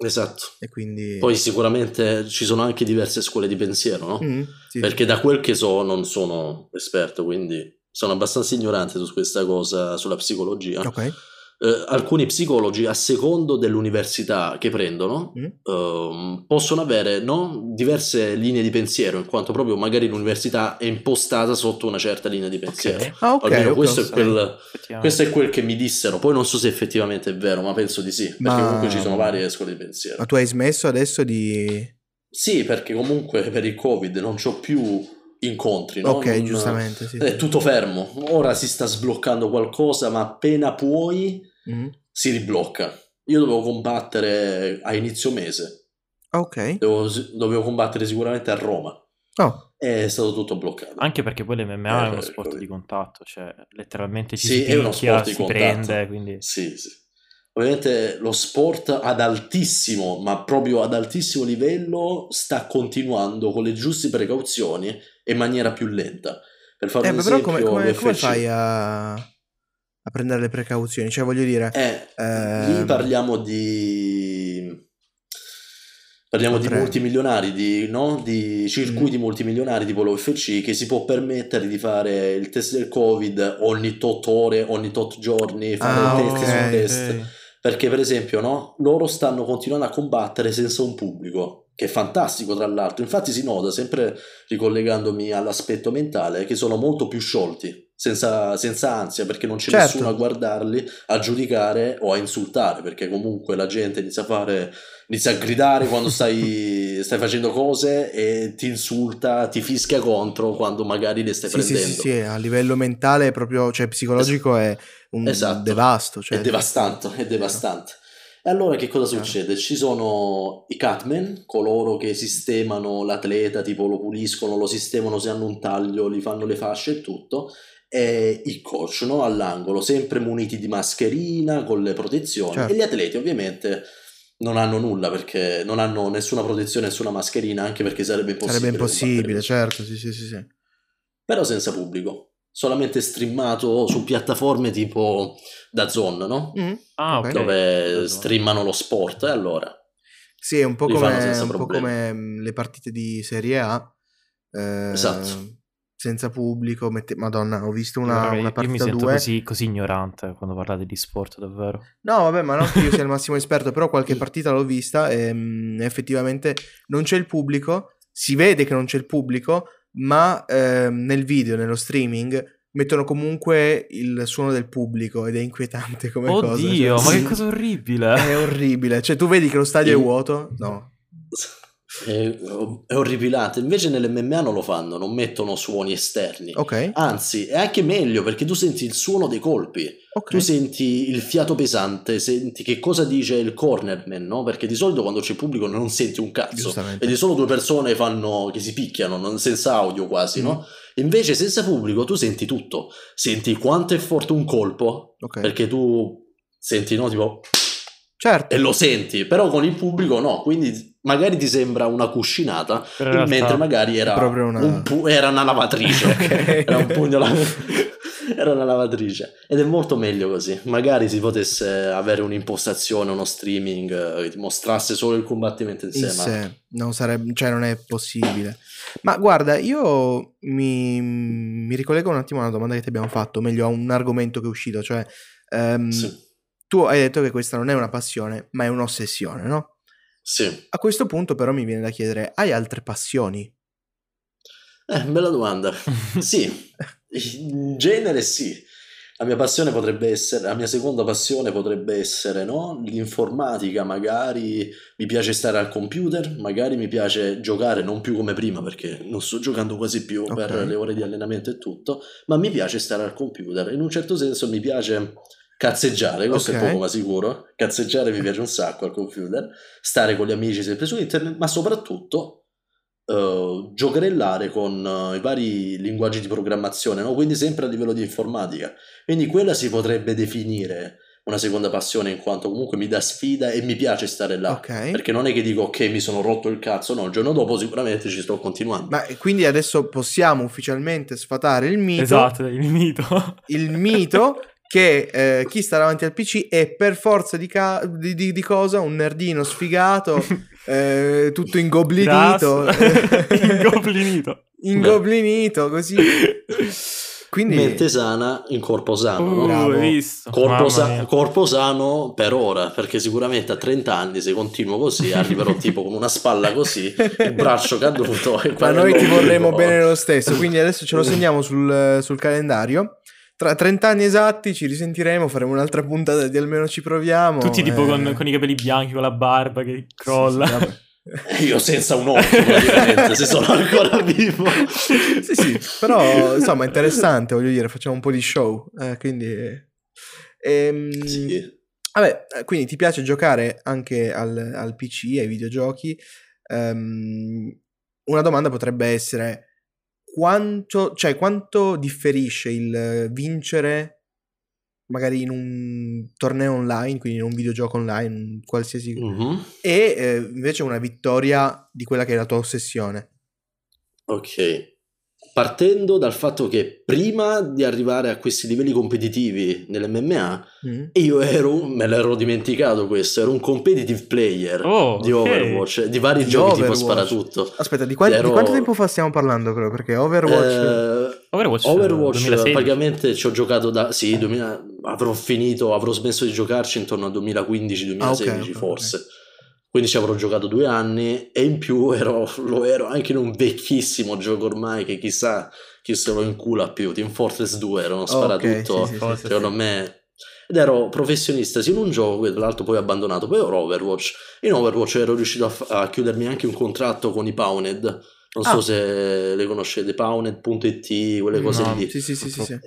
Esatto. E quindi... Poi sicuramente ci sono anche diverse scuole di pensiero, no? Mm, sì, Perché sì. da quel che so non sono esperto, quindi sono abbastanza ignorante su questa cosa, sulla psicologia. Ok. Eh, alcuni psicologi, a secondo dell'università che prendono, Mm. ehm, possono avere, no, diverse linee di pensiero, in quanto proprio magari l'università è impostata sotto una certa linea di pensiero. Ok. Ah, ok, Almeno ok, questo, ok. è quel, Effettivamente. questo è quel che mi dissero. Poi non so se effettivamente è vero, ma penso di sì, perché Ma- comunque ci sono varie scuole di pensiero. Ma tu hai smesso adesso di... Sì, perché comunque per il Covid non c'ho più incontri, no? Ok, Non- giustamente, sì. È tutto fermo. Ora si sta sbloccando qualcosa, ma appena puoi Mm. si riblocca. Io dovevo combattere a inizio mese, Ok. dovevo, dovevo combattere sicuramente a Roma, Oh, e è stato tutto bloccato. Anche perché poi l'M M A è uno Eh, sport Covid. di contatto, cioè letteralmente ci Sì, si è uno picchia, sport di si contatto. prende, quindi... Sì, sì. Ovviamente lo sport ad altissimo, ma proprio ad altissimo livello, sta continuando con le giuste precauzioni e in maniera più lenta. Per fare eh, un ma però esempio, come, come, come l'U F C. fai a... a prendere le precauzioni? Cioè, voglio dire... Eh, ehm, lì parliamo di... Parliamo di Potrei. multimilionari, di, no? Di circuiti multimilionari tipo l'U F C, che si può permettere di fare il test del Covid ogni tot ore, ogni tot giorni, fare Ah, test ok, su ok. test. Perché per esempio, no? Loro stanno continuando a combattere senza un pubblico, che è fantastico tra l'altro. Infatti si nota, sempre ricollegandomi all'aspetto mentale, che sono molto più sciolti, senza, senza ansia, perché non c'è Certo. nessuno a guardarli, a giudicare o a insultare, perché comunque la gente inizia a fare... inizia a gridare quando stai, stai facendo cose e ti insulta, ti fischia contro quando magari le stai Sì, sì, prendendo. sì, sì, a livello mentale è proprio, cioè psicologico è un Esatto. devasto. Cioè, È devastante, è devastante. E allora che cosa Chiaro. succede? Ci sono i cutman, coloro che sistemano l'atleta, tipo lo puliscono, lo sistemano se hanno un taglio, gli fanno le fasce e tutto, e i coach, no? All'angolo, sempre muniti di mascherina, con le protezioni, Certo. e gli atleti ovviamente non hanno nulla, perché non hanno nessuna protezione, nessuna mascherina, anche perché sarebbe impossibile. Sarebbe impossibile, combattere. certo, sì, sì, sì, sì. Però senza pubblico, solamente streamato su piattaforme tipo DAZN, no? Mm, Ah, ok. ok. Dove Dazon. streamano lo sport, e allora Sì, è un po' li fanno come, senza un po' problemi. come mm, le partite di Serie A, eh, Esatto. senza pubblico. Mette... Madonna, ho visto Io, una, raga, una io mi partita sento due. così, così ignorante quando parlate di sport, davvero. No, vabbè, ma non che io sia il massimo esperto, però qualche partita l'ho vista e mm, effettivamente non c'è il pubblico, si vede che non c'è il pubblico, ma ehm, nel video, nello streaming, mettono comunque il suono del pubblico ed è inquietante come cosa. Oddio, cioè, ma sì, che cosa orribile. è orribile. Cioè, tu vedi che lo stadio è In- vuoto? No. È, è orripilante. Invece nell'M M A non lo fanno, non mettono suoni esterni. Ok, Anzi, è anche meglio, perché tu senti il suono dei colpi. Tu ok. senti il fiato pesante, senti che cosa dice il cornerman, no? Perché di solito quando c'è pubblico non senti un cazzo. Giustamente. Vedi solo due persone fanno, che si picchiano, non- senza audio quasi, Mm. no? Invece senza pubblico tu senti tutto. Senti quanto è forte un colpo, Ok. perché tu senti, no? Tipo... Certo. e lo senti, però con il pubblico no, quindi magari ti sembra una cuscinata, Però in realtà mentre magari era, è proprio una- un pu- era una lavatrice, Ok. era un pugno la- era una lavatrice, ed è molto meglio così. Magari si potesse avere un'impostazione, uno streaming eh, che ti mostrasse solo il combattimento in sé, In ma sé, non sarebbe, cioè non è possibile. Ma guarda, io mi, mi ricollego un attimo a una domanda che ti abbiamo fatto, o meglio a un argomento che è uscito, cioè ehm, sì, tu hai detto che questa non è una passione, ma è un'ossessione, no? sì. A questo punto però mi viene da chiedere, hai altre passioni? Eh, bella domanda. Sì, in genere sì. La mia passione potrebbe essere, la mia seconda passione potrebbe essere, no? L'informatica, magari mi piace stare al computer, magari mi piace giocare, non più come prima perché non sto giocando quasi più Ok. per le ore di allenamento e tutto, ma mi piace stare al computer. In un certo senso mi piace cazzeggiare, questo Ok. è poco ma sicuro. Cazzeggiare mi piace un sacco al computer, stare con gli amici sempre su internet, ma soprattutto Uh, giocherellare con uh, i vari linguaggi di programmazione, no? Quindi sempre a livello di informatica. Quindi quella si potrebbe definire una seconda passione, in quanto comunque mi dà sfida e mi piace stare là. Ok. Perché non è che dico ok, mi sono rotto il cazzo, no, il giorno dopo sicuramente ci sto continuando. Ma quindi adesso possiamo ufficialmente sfatare il mito, Esatto, il mito. il mito che eh, chi sta davanti al P C è per forza di, ca- di, di, di cosa un nerdino sfigato, eh, tutto ingoblinito, ingoblinito, ingoblinito così. Quindi mente sana in corpo sano, uh, no? hai visto? Corpo, sa- corpo sano per ora, perché sicuramente a trenta anni se continuo così arriverò tipo con una spalla così, il braccio caduto e ma noi ti vorremmo bene lo stesso, quindi adesso ce lo segniamo sul, sul calendario. Tra trenta anni esatti ci risentiremo, faremo un'altra puntata di Almeno ci proviamo. Tutti tipo eh... con, con i capelli bianchi, con la barba che crolla. Sì, sì, io senza un occhio praticamente, se sono ancora vivo. Sì, sì, però insomma è interessante, voglio dire, facciamo un po' di show, eh, quindi... Ehm, Sì. Vabbè, quindi ti piace giocare anche al, al P C, ai videogiochi. Um, una domanda potrebbe essere quanto, cioè, quanto differisce il vincere magari in un torneo online, quindi in un videogioco online, qualsiasi, Mm-hmm. e eh, invece una vittoria di quella che è la tua ossessione. Ok. Partendo dal fatto che prima di arrivare a questi livelli competitivi nell'M M A, mm. io ero, me l'ero dimenticato questo, ero un competitive player oh, di okay. Overwatch, di vari di giochi Overwatch. tipo Sparatutto. Aspetta, di, qual- ero... di quanto tempo fa stiamo parlando però? Perché Overwatch... Eh, Overwatch, Overwatch praticamente ci ho giocato da... Sì, duemila, avrò finito, avrò smesso di giocarci intorno al duemilaquindici duemilasedici ah, okay, okay, forse. Okay. Quindi ci avrò giocato due anni e in più ero, lo ero anche in un vecchissimo gioco ormai che chissà chi se lo incula più. Team Fortress due era uno sparatutto, okay, sì, sì, secondo sì. me. Ed ero professionista sia in un gioco che tra l'altro poi ho abbandonato. Poi ero Overwatch. In Overwatch ero riuscito a, f- a chiudermi anche un contratto con i Pawned. Non so ah. se le conoscete, Pawned punto it, quelle cose no. lì. Sì, sì, sì, sì, sì.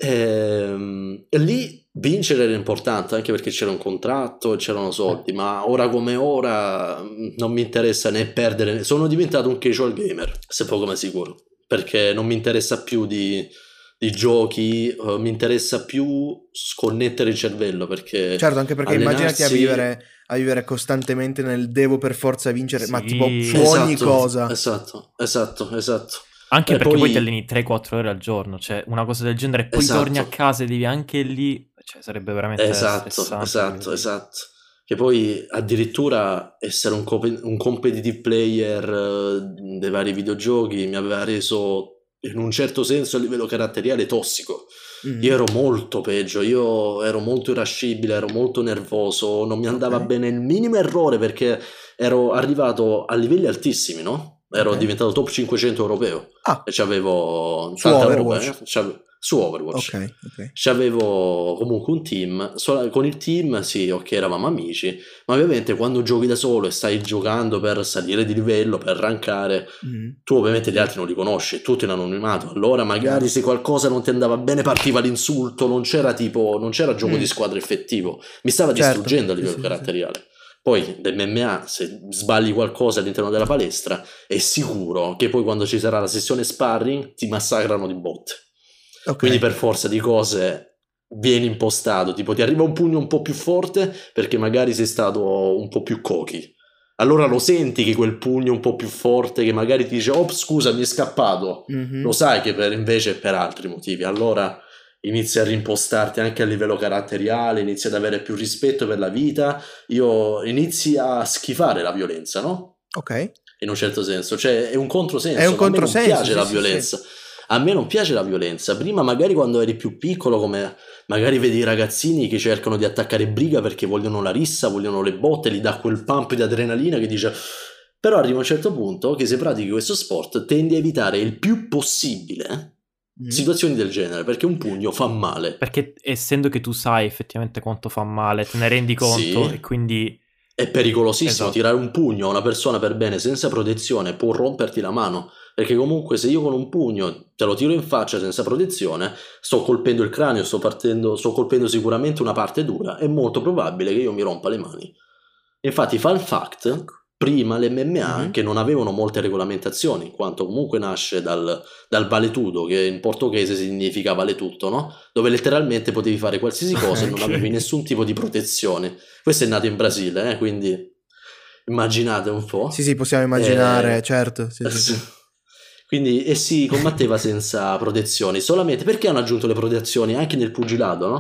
E, e lì vincere era importante anche perché c'era un contratto e c'erano soldi, ma ora come ora non mi interessa né perdere, sono diventato un casual gamer, se poco ma sicuro, perché non mi interessa più di, di giochi, uh, mi interessa più sconnettere il cervello, perché certo, anche perché allenarsi... immaginati a vivere a vivere costantemente nel devo per forza vincere, sì, ma tipo su esatto, ogni cosa. Esatto, esatto, esatto. Anche e perché poi... poi ti alleni tre quattro ore al giorno, cioè una cosa del genere, e poi esatto. torni a casa e devi anche lì, cioè sarebbe veramente esatto, stressante. Esatto, esatto. Che poi addirittura essere un, co- un competitive player uh, dei vari videogiochi mi aveva reso in un certo senso a livello caratteriale tossico. Mm. Io ero molto peggio, io ero molto irascibile, ero molto nervoso, non mi andava okay. bene il minimo errore perché ero arrivato a livelli altissimi, no? Ero okay. diventato top cinquecento europeo ah. e c'avevo su tanta Overwatch. roba, eh? C'avevo... su Overwatch. Okay, okay. C'avevo comunque un team, con il team sì, ok, eravamo amici, ma ovviamente quando giochi da solo e stai giocando per salire di livello, per rankare, mm. tu ovviamente gli altri non li conosci, tutti in anonimato, allora magari se qualcosa non ti andava bene partiva l'insulto, non c'era tipo, non c'era gioco mm. di squadra effettivo, mi stava certo. distruggendo a livello sì, caratteriale. Sì. Poi nell'M M A se sbagli qualcosa all'interno della palestra è sicuro che poi quando ci sarà la sessione sparring ti massacrano di botte. Okay. Quindi per forza di cose vieni impostato, tipo ti arriva un pugno un po' più forte perché magari sei stato un po' più cocky, allora lo senti che quel pugno un po' più forte che magari ti dice oh scusa mi è scappato, mm-hmm. lo sai che per invece è per altri motivi, allora inizi a rimpostarti anche a livello caratteriale, inizi ad avere più rispetto per la vita, io inizi a schifare la violenza, no? Ok. In un certo senso, cioè è un controsenso, è un controsenso, a me non piace sì, la sì, violenza. Sì. A me non piace la violenza. Prima magari quando eri più piccolo, come magari vedi i ragazzini che cercano di attaccare briga perché vogliono la rissa, vogliono le botte, gli dà quel pump di adrenalina che dice... Però arriva a un certo punto che se pratichi questo sport tendi a evitare il più possibile mm. situazioni del genere, perché un pugno fa male. Perché essendo che tu sai effettivamente quanto fa male, te ne rendi conto sì. e quindi... È pericolosissimo, esatto. Tirare un pugno a una persona per bene senza protezione può romperti la mano, perché comunque se io con un pugno te lo tiro in faccia senza protezione sto colpendo il cranio, sto, partendo, sto colpendo sicuramente una parte dura, è molto probabile che io mi rompa le mani. Infatti fun fact, prima l'M M A mm-hmm. che non avevano molte regolamentazioni, in quanto comunque nasce dal, dal vale tudo, che in portoghese significa vale tutto, no? Dove letteralmente potevi fare qualsiasi cosa e non avevi nessun tipo di protezione. Questo è nato in Brasile, eh? Quindi immaginate un po'. Sì, sì, possiamo immaginare, eh, certo. Sì, sì, sì. Quindi e si combatteva senza protezioni, solamente perché hanno aggiunto le protezioni anche nel pugilato, no?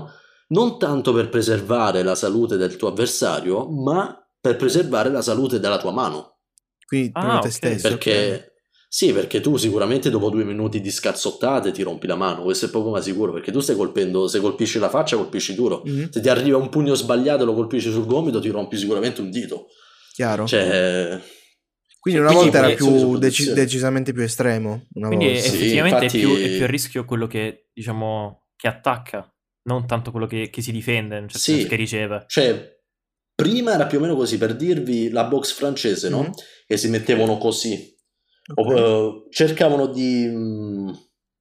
non tanto per preservare la salute del tuo avversario, ma per preservare la salute della tua mano. Quindi Ah, proprio te ok. stesso. Perché ok. sì, perché tu sicuramente dopo due minuti di scazzottate ti rompi la mano, questo è poco ma sicuro, perché tu stai colpendo, se colpisci la faccia colpisci duro, Mhm. se ti arriva un pugno sbagliato e lo colpisci sul gomito ti rompi sicuramente un dito. Chiaro. Cioè, Quindi una quindi volta era protezioni su più deci- protezioni. decisamente più estremo. Una Quindi volta. Sì, effettivamente infatti- è, più, è più a rischio quello che, diciamo, che attacca, non tanto quello che, che si difende, in un certo Sì. senso, che riceve. Cioè, prima era più o meno così, per dirvi la box francese, no? Mhm. Che si mettevano così. Ok. O, eh, cercavano di, mh,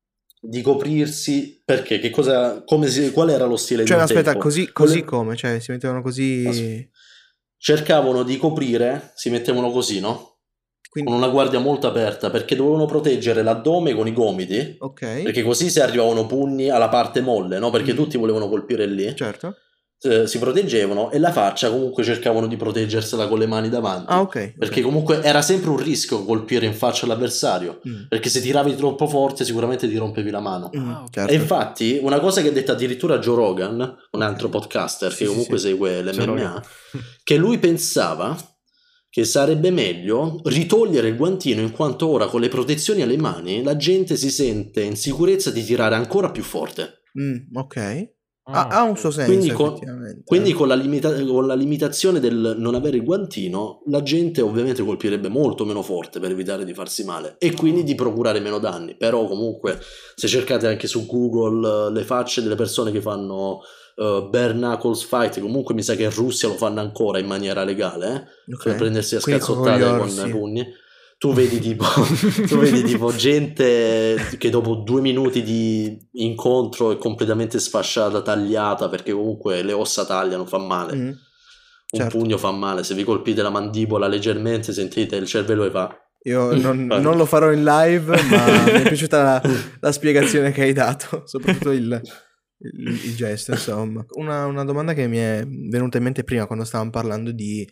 di coprirsi perché che cosa, come si, qual era lo stile Cioè, di un aspetta, tempo? così, così Vole- come? Cioè, si mettevano così... As- cercavano di coprire, si mettevano così, no? Quindi... Con una guardia molto aperta perché dovevano proteggere l'addome con i gomiti, Ok, perché così se arrivavano pugni alla parte molle, no? Perché Mhm. tutti volevano colpire lì. certo. eh, si proteggevano e la faccia comunque cercavano di proteggersela con le mani davanti. Ah, ok. ok. Perché comunque era sempre un rischio colpire in faccia l'avversario, Mm. perché se tiravi troppo forte sicuramente ti rompevi la mano. Mm, Ah, ok. certo. E infatti una cosa che ha detto addirittura Joe Rogan, un Ok. altro podcaster Sì, che sì, comunque sì. segue l'M M A, Rogan. che lui pensava che sarebbe meglio ritogliere il guantino in quanto ora con le protezioni alle mani la gente si sente in sicurezza di tirare ancora più forte. Mm, ok. Ah, Ha, ha un suo senso, Quindi con, effettivamente. quindi con la, limita- con la limitazione del non avere il guantino, la gente ovviamente colpirebbe molto meno forte per evitare di farsi male e quindi di procurare meno danni. Però comunque se cercate anche su Google eh, le facce delle persone che fanno uh, bare knuckles fight, comunque mi sa che in Russia lo fanno ancora in maniera legale, eh, Ok. per prendersi a Quindi scazzottate con gli con orsi. i pugni. Tu vedi tipo, tu vedi tipo gente che dopo due minuti di incontro è completamente sfasciata, tagliata, perché comunque le ossa tagliano, fa male. Mm, Un certo. pugno fa male, se vi colpite la mandibola leggermente sentite il cervello che fa. Io non, Vai. non lo farò in live, ma mi è piaciuta la, la spiegazione che hai dato, soprattutto il, il, il gesto, insomma. Una, una domanda che mi è venuta in mente prima quando stavamo parlando di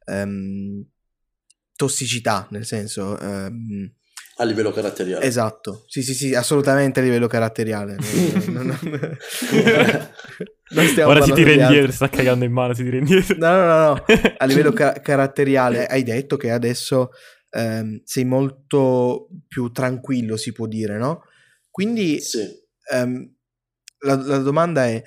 ehm, tossicità, nel senso... ehm, A livello caratteriale. esatto, sì sì sì, assolutamente a livello caratteriale. Non, non, non, non stiamo Ora si parlando tira di altro. indietro, sta cagando in mano, si tira indietro. No, no, no, no. A livello ca- caratteriale hai detto che adesso ehm, sei molto più tranquillo, si può dire, no? Quindi Sì. ehm, la, la domanda è,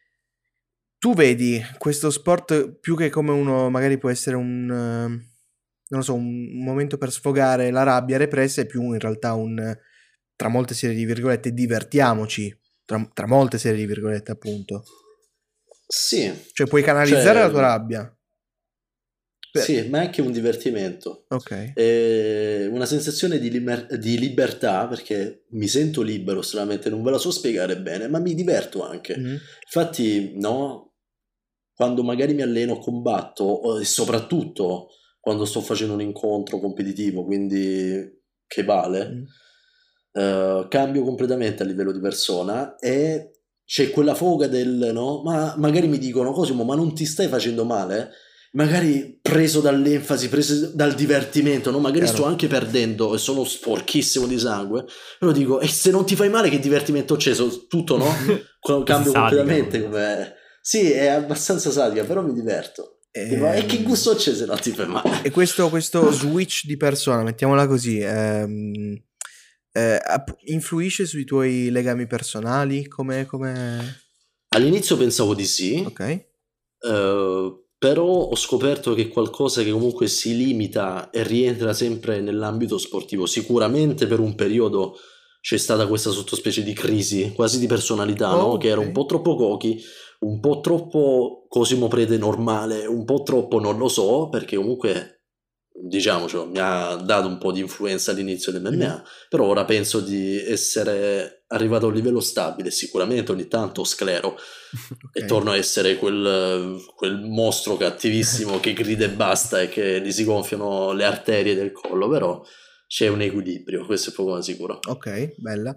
tu vedi questo sport più che come uno, magari può essere un, ehm, non lo so, un momento per sfogare la rabbia repressa, è più in realtà un, tra molte serie di virgolette, divertiamoci, tra, tra molte serie di virgolette appunto. Sì. Cioè puoi canalizzare Cioè, la tua rabbia. Per- Sì, ma è anche un divertimento. Ok. È una sensazione di, liber- di libertà, perché mi sento libero, stranamente non ve la so spiegare bene, ma mi diverto anche. Mhm. Infatti, no, quando magari mi alleno, combatto, o- e soprattutto quando sto facendo un incontro competitivo, quindi che vale, Mhm. eh, cambio completamente a livello di persona e c'è quella foga del, no, ma magari mi dicono, Cosimo, ma non ti stai facendo male? Magari preso dall'enfasi, preso dal divertimento, no? Magari Chiaro. sto anche perdendo e sono sporchissimo di sangue, però dico, e se non ti fai male che divertimento c'è? So- tutto, no? Co- Cambio sadica, completamente no? come... Sì, è abbastanza sadica, però mi diverto. Dico, e che Ehm, gusto c'è se non ti fai male? E questo, questo switch di persona, mettiamola così, ehm, eh, app- influisce sui tuoi legami personali? Come... come... All'inizio pensavo di sì, Ok. eh, però ho scoperto che è qualcosa che comunque si limita e rientra sempre nell'ambito sportivo. Sicuramente per un periodo c'è stata questa sottospecie di crisi, quasi di personalità, Oh, no? Che era ok. un po' troppo Cochi, un po' troppo Cosimo Prede normale, un po' troppo non lo so, perché comunque, diciamocelo, mi ha dato un po' di influenza all'inizio del M M A, Mhm. però ora penso di essere arrivato a un livello stabile, sicuramente ogni tanto sclero e Ok. torno a essere quel, quel mostro cattivissimo che grida e basta e che gli si gonfiano le arterie del collo, però c'è un equilibrio, questo è poco ma sicuro. Ok, bella.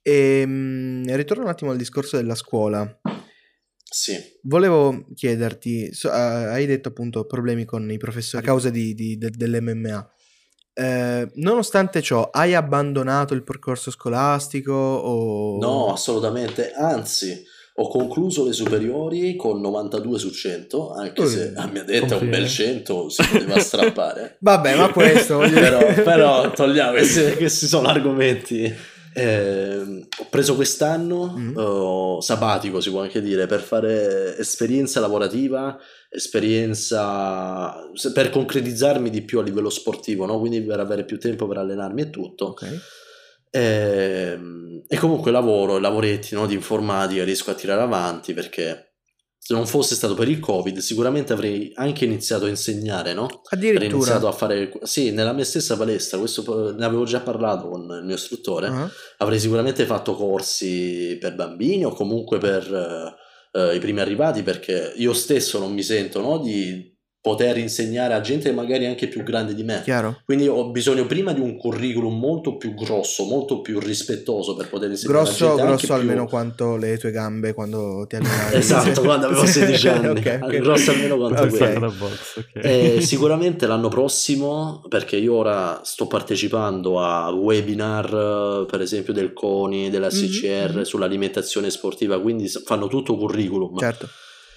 E, ritorno un attimo al discorso della scuola. Sì. Volevo chiederti, so- ah, hai detto appunto problemi con i professori a causa di, di- de- dell'M M A. Eh, nonostante ciò, hai abbandonato il percorso scolastico o... No, assolutamente, anzi, Ho concluso le superiori con novantadue su cento, anche Ui, se a mia detta un complimenti. bel cento si poteva strappare. Vabbè, ma questo voglio dire- però, però togliamo questi, questi sono argomenti. Eh, ho preso quest'anno Mm. eh, sabbatico, si può anche dire, per fare esperienza lavorativa, esperienza se- per concretizzarmi di più a livello sportivo, no? Quindi per avere più tempo per allenarmi e tutto. Ok. E, e comunque lavoro, lavoretti, no, di informatica riesco a tirare avanti, perché se non fosse stato per il Covid sicuramente avrei anche iniziato a insegnare, no? Avrei Addirittura. iniziato a fare, sì, nella mia stessa palestra, questo ne avevo già parlato con il mio istruttore. Ah, Avrei sicuramente fatto corsi per bambini o comunque per eh, eh, i primi arrivati, perché io stesso non mi sento, no, di poter insegnare a gente magari anche più grande di me. chiaro. Quindi ho bisogno prima di un curriculum molto più grosso, molto più rispettoso per poter insegnare a Grosso, gente anche grosso più... almeno quanto le tue gambe quando ti allenavi. Esatto, quando avevo sedici anni. Ok, ok. Grosso almeno quanto Ok. quello. Sacco da box, ok. E sicuramente l'anno prossimo, perché io ora sto partecipando a webinar, per esempio del CONI, della C C R, Mhm. sull'alimentazione sportiva, quindi s- fanno tutto curriculum. Certo.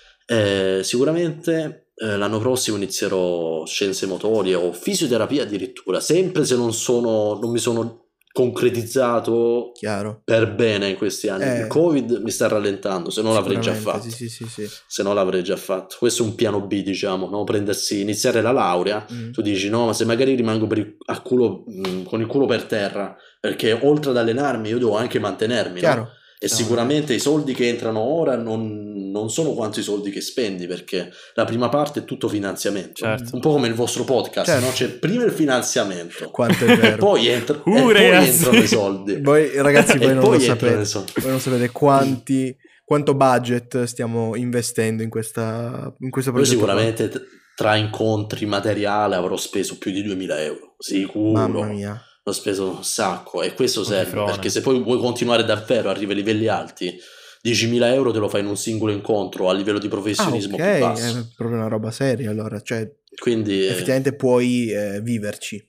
Eh, sicuramente eh, l'anno prossimo inizierò scienze motorie o fisioterapia addirittura, sempre se non sono, non mi sono concretizzato Chiaro. per bene in questi anni. Eh. Il Covid mi sta rallentando, se non l'avrei già Sicuramente, fatto. Sì, sì, sì, sì. Se no l'avrei già fatto. Questo è un piano B, diciamo, no? Prendersi, iniziare la laurea. Mm. Tu dici no, ma se magari rimango per il, a culo, mh, con il culo per terra, perché oltre ad allenarmi io devo anche mantenermi, no? Chiaro. E No, sicuramente i soldi che entrano ora non, non sono quanto i soldi che spendi, perché la prima parte è tutto finanziamento. Certo. Un po' come il vostro podcast, Certo. no? C'è prima il finanziamento, Quanto è e vero. poi, entra- e Uh, poi ragazzi. entrano i soldi. Voi ragazzi, voi E non poi lo entrano sapete. i soldi. Voi non sapete quanti quanto budget stiamo investendo in questa in questo Io progetto. sicuramente t- tra incontri, materiale avrò speso più di duemila euro, sicuro. qua. Mamma mia. Ho speso un sacco e questo Così serve, frone. perché se poi vuoi continuare davvero a arrivare a livelli alti, diecimila euro te lo fai in un singolo incontro a livello di Ah, professionismo ok, più basso. è proprio una roba seria allora, cioè Quindi eh, effettivamente puoi eh, viverci.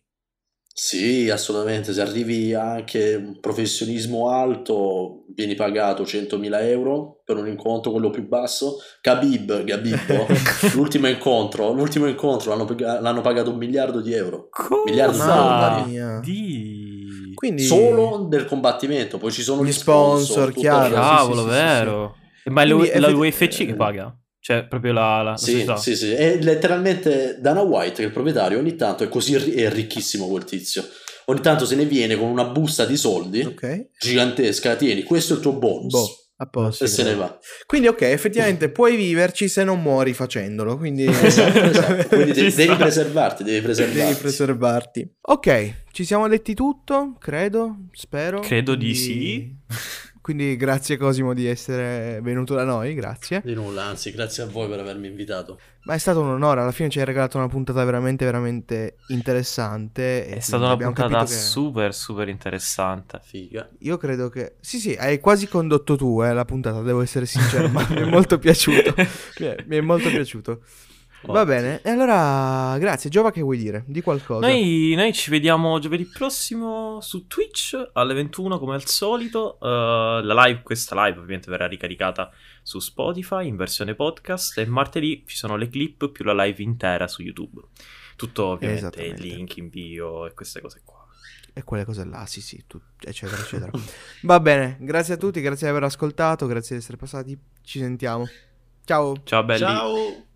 sì, assolutamente, se arrivi anche a un professionismo alto, vieni pagato centomila euro per un incontro, quello più basso. Khabib, Gabibbo, l'ultimo incontro, l'ultimo incontro l'hanno, pag- l'hanno pagato un miliardo di euro. Miliardo di Cosa? dollari. mia. Di... Quindi Solo del combattimento, poi ci sono Gli gli sponsor, sponsor, tutto il chiaro. resto. Cavolo, sì, sì, sì, vero. E ma è la, Quindi, la effetti- U F C che paga? Cioè, proprio la, la, la Sì, società? sì, sì, è letteralmente Dana White, che è il proprietario, ogni tanto è così ri- è ricchissimo quel tizio. Ogni tanto se ne viene con una busta di soldi ok. gigantesca, tieni, questo è il tuo bonus. Boh, a posto. E se ne va. Quindi ok, effettivamente puoi viverci se non muori facendolo, quindi Esatto, esatto. Quindi Ci devi, sta. devi preservarti, devi preservarti. devi preservarti. Ok, ci siamo detti tutto, credo, spero. Credo di Quindi- sì. Quindi grazie Cosimo di essere venuto da noi, grazie. Di nulla, anzi, grazie a voi per avermi invitato. Ma è stato un onore, alla fine ci hai regalato una puntata veramente, veramente interessante. e È stata una abbiamo puntata capito che- super, super interessante. Figa. Io credo che... Sì, sì, hai quasi condotto tu eh, la puntata, devo essere sincero, ma mi è molto piaciuto. Mi è, mi è molto piaciuto. Va bene, e allora grazie. Giova, che vuoi dire? Di qualcosa. Noi, noi ci vediamo giovedì prossimo su Twitch alle ventuno come al solito. Uh, la live, questa live ovviamente verrà ricaricata su Spotify in versione podcast e martedì ci sono le clip più la live intera su YouTube. Tutto ovviamente Esattamente. link in bio e queste cose qua. E quelle cose là, sì, sì, tu- eccetera, eccetera. Va bene, grazie a tutti, grazie di aver ascoltato, grazie di essere passati. Ci sentiamo. Ciao. Ciao belli. Ciao!